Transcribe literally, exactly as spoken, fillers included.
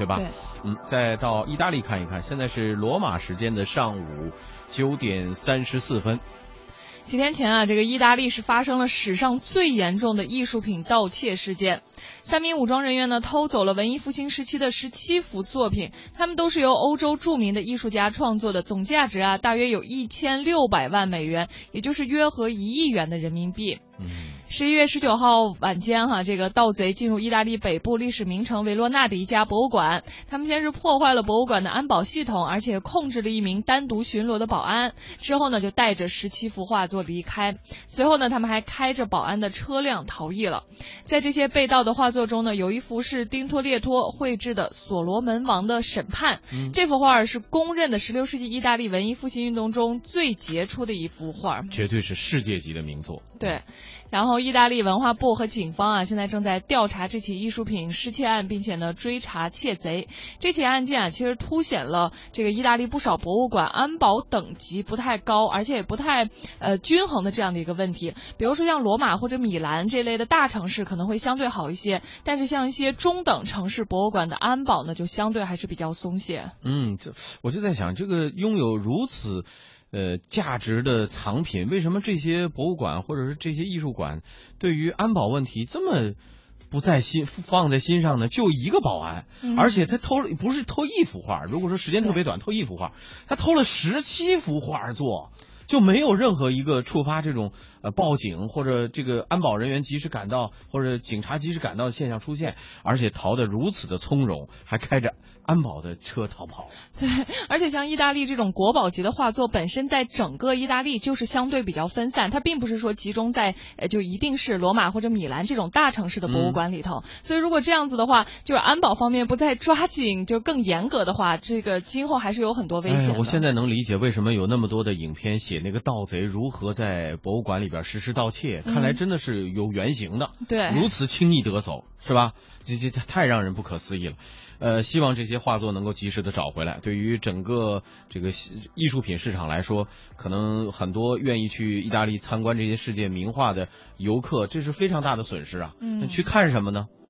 对吧？ 对， 嗯，再到意大利看一看，现在是罗马时间的上午九点三十四分。 几天前啊，这个意大利是发生了史上最严重的艺术品盗窃事件。三名武装人员呢偷走了文艺复兴时期的十七幅作品，他们都是由欧洲著名的艺术家创作的，总价值啊大约有一千六百万美元，也就是约合一亿元的人民币。 嗯。 十一月十九号晚间哈，这个盗贼进入意大利北部历史名城维罗纳的一家博物馆，他们先是破坏了博物馆的安保系统，而且控制了一名单独巡逻的保安，之后呢就带着十七幅画作离开，随后呢他们还开着保安的车辆逃逸了。在这些被盗的画作中呢，有一幅是丁托列托绘制的所罗门王的审判， 嗯、 这幅画是公认的十六世纪意大利文艺复兴运动中最杰出的一幅画， 绝对是世界级的名作。 对，然后意大利文化部和警方啊，现在正在调查这起艺术品失窃案，并且呢追查窃贼。这起案件啊，其实凸显了这个意大利不少博物馆安保等级不太高，而且也不太呃均衡的这样的一个问题。比如说像罗马或者米兰这类的大城市可能会相对好一些，但是像一些中等城市博物馆的安保呢，就相对还是比较松懈。 嗯，这我就在想，这个拥有如此呃，价值的藏品，为什么这些博物馆或者是这些艺术馆对于安保问题这么不在心放在心上呢？就一个保安， 嗯、 而且他偷了不是偷一幅画，如果说时间特别短，偷一幅画，他偷了十七幅画作。就没有任何一个触发这种呃报警或者这个安保人员及时赶到或者警察及时赶到的现象出现，而且逃得如此的从容，还开着安保的车逃跑。 对，而且像意大利这种国宝级的画作，本身在整个意大利就是相对比较分散，它并不是说集中在呃就一定是罗马或者米兰这种大城市的博物馆里头。嗯、所以如果这样子的话，就是安保方面不再抓紧就更严格的话，这个今后还是有很多危险的。 哎、我现在能理解为什么有那么多的影片写那个盗贼如何在博物馆里边实施盗窃，看来真的是有原型的。 嗯、对， 如此轻易得手，是吧？这这太让人不可思议了。呃，希望这些画作能够及时的找回来。对于整个这个艺术品市场来说，可能很多愿意去意大利参观这些世界名画的游客，这是非常大的损失啊。 嗯， 去看什么呢？